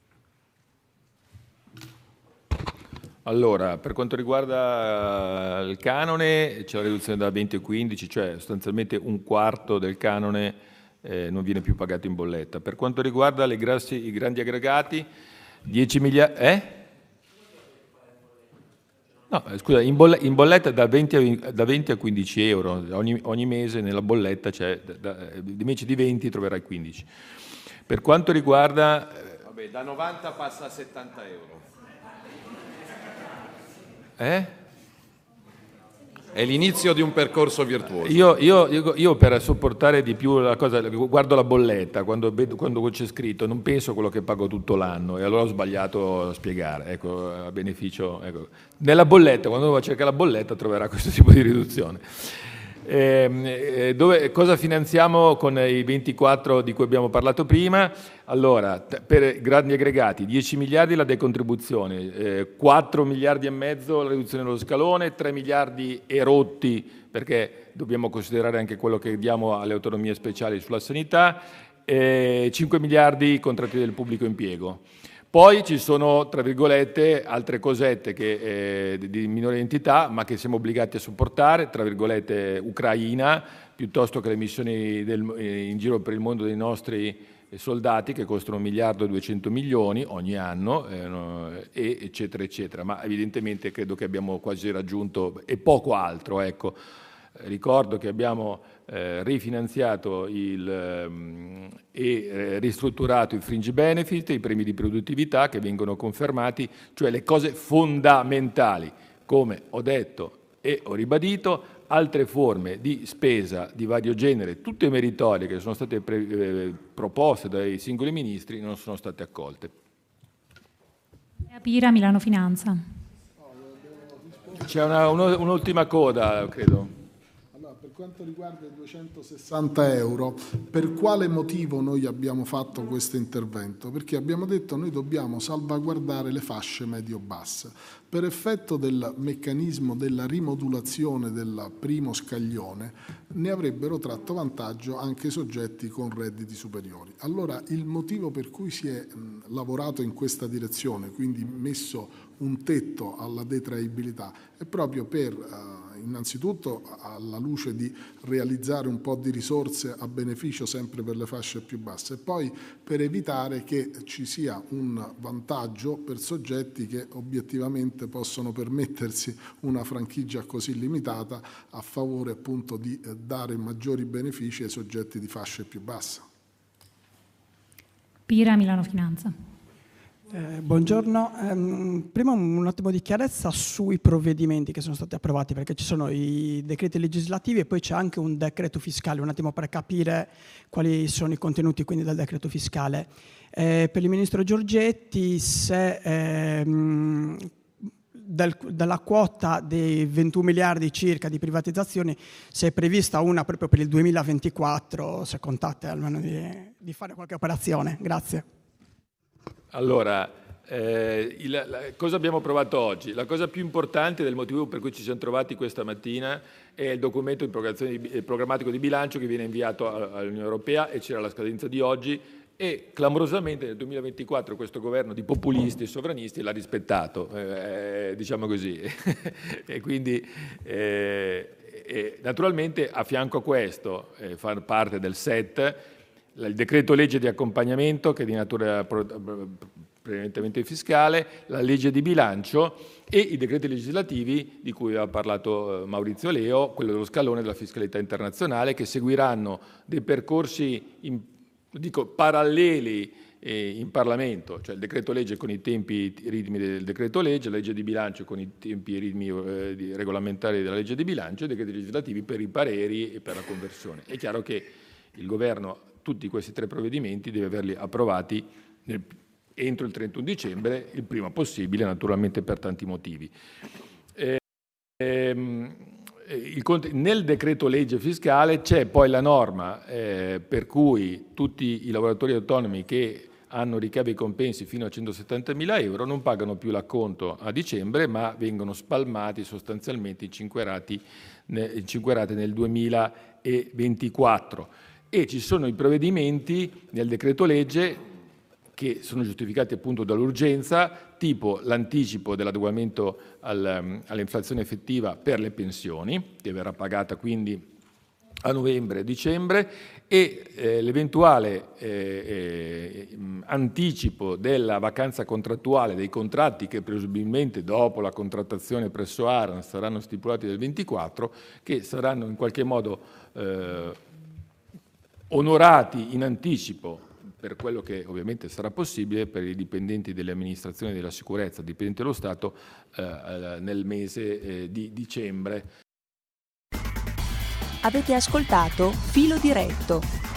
Allora, per quanto riguarda il canone, c'è la riduzione da venti a quindici, cioè sostanzialmente un quarto del canone eh, non viene più pagato in bolletta. Per quanto riguarda le grassi, i grandi aggregati, dieci miliardi... Eh? No, scusa, in, bolle, in bolletta da venti, a, da venti a quindici euro, ogni, ogni mese nella bolletta c'è, da, da, invece di venti troverai quindici. Per quanto riguarda... Vabbè, da novanta passa a settanta euro. Eh? È l'inizio di un percorso virtuoso. Io, io, io, io per sopportare di più la cosa, guardo la bolletta, quando, quando c'è scritto, non penso a quello che pago tutto l'anno, e allora ho sbagliato a spiegare, ecco, a beneficio. Ecco. Nella bolletta, quando uno va a cercare la bolletta, troverà questo tipo di riduzione. Eh, dove, cosa finanziamo con i ventiquattro di cui abbiamo parlato prima? Allora, per grandi aggregati dieci miliardi la decontribuzione, eh, quattro miliardi e mezzo la riduzione dello scalone, tre miliardi e rotti, perché dobbiamo considerare anche quello che diamo alle autonomie speciali sulla sanità, eh, cinque miliardi i contratti del pubblico impiego. Poi ci sono, tra virgolette, altre cosette che, eh, di minore entità, ma che siamo obbligati a supportare, tra virgolette Ucraina, piuttosto che le missioni del, eh, in giro per il mondo dei nostri soldati, che costano un miliardo e duecento milioni ogni anno, eh, e eccetera, eccetera. Ma evidentemente credo che abbiamo quasi raggiunto, e poco altro, ecco. Ricordo che abbiamo eh, rifinanziato il, ehm, e eh, ristrutturato i fringe benefit, i premi di produttività che vengono confermati, cioè le cose fondamentali, come ho detto e ho ribadito. Altre forme di spesa di vario genere, tutte meritorie, che sono state pre- eh, proposte dai singoli ministri, non sono state accolte. Pira, Milano Finanza. C'è una, uno, un'ultima coda, credo. Per quanto riguarda i duecentosessanta euro, per quale motivo noi abbiamo fatto questo intervento? Perché abbiamo detto che noi dobbiamo salvaguardare le fasce medio-basse. Per effetto del meccanismo della rimodulazione del primo scaglione ne avrebbero tratto vantaggio anche i soggetti con redditi superiori. Allora il motivo per cui si è mh, lavorato in questa direzione, quindi messo un tetto alla detraibilità, è proprio per eh, innanzitutto alla luce di realizzare un po' di risorse a beneficio sempre per le fasce più basse, e poi per evitare che ci sia un vantaggio per soggetti che obiettivamente possono permettersi una franchigia così limitata a favore appunto di eh, dare maggiori benefici ai soggetti di fasce più basse. Pira, Milano Finanza. Eh, buongiorno, ehm, prima un attimo di chiarezza sui provvedimenti che sono stati approvati, perché ci sono i decreti legislativi e poi c'è anche un decreto fiscale, un attimo per capire quali sono i contenuti quindi del decreto fiscale. Eh, per il Ministro Giorgetti, se ehm, del, della quota dei ventuno miliardi circa di privatizzazioni, se è prevista una proprio per il duemilaventiquattro, se contate almeno di, di fare qualche operazione. Grazie. Allora, eh, il, la, cosa abbiamo provato oggi? La cosa più importante del motivo per cui ci siamo trovati questa mattina è il documento di di, programmatico di bilancio che viene inviato all'Unione Europea, e c'era la scadenza di oggi, e clamorosamente nel duemilaventiquattro questo governo di populisti e sovranisti l'ha rispettato, eh, diciamo così. E quindi eh, eh, naturalmente a fianco a questo eh, fa parte del S E T il decreto legge di accompagnamento, che è di natura prevalentemente fiscale, la legge di bilancio e i decreti legislativi di cui ha parlato Maurizio Leo, quello dello scalone della fiscalità internazionale, che seguiranno dei percorsi in, dico, paralleli eh, in Parlamento, cioè il decreto legge con i tempi e i ritmi del decreto legge, la legge di bilancio con i tempi e i ritmi eh, regolamentari della legge di bilancio, e i decreti legislativi per i pareri e per la conversione. È chiaro che il governo tutti questi tre provvedimenti deve averli approvati nel, entro il trentuno dicembre, il prima possibile, naturalmente per tanti motivi. Eh, ehm, il, nel decreto legge fiscale c'è poi la norma eh, per cui tutti i lavoratori autonomi che hanno ricavi e compensi fino a centosettantamila euro non pagano più l'acconto a dicembre, ma vengono spalmati sostanzialmente in cinque rate nel duemilaventiquattro. E ci sono i provvedimenti nel decreto legge che sono giustificati appunto dall'urgenza, tipo l'anticipo dell'adeguamento al, all'inflazione effettiva per le pensioni, che verrà pagata quindi a novembre e dicembre e eh, l'eventuale eh, eh, anticipo della vacanza contrattuale dei contratti che presumibilmente dopo la contrattazione presso ARAN saranno stipulati del ventiquattro, che saranno in qualche modo eh, onorati in anticipo per quello che ovviamente sarà possibile per i dipendenti delle amministrazioni della sicurezza, dipendenti dello Stato, eh, nel mese eh, di dicembre. Avete ascoltato Filo Diretto.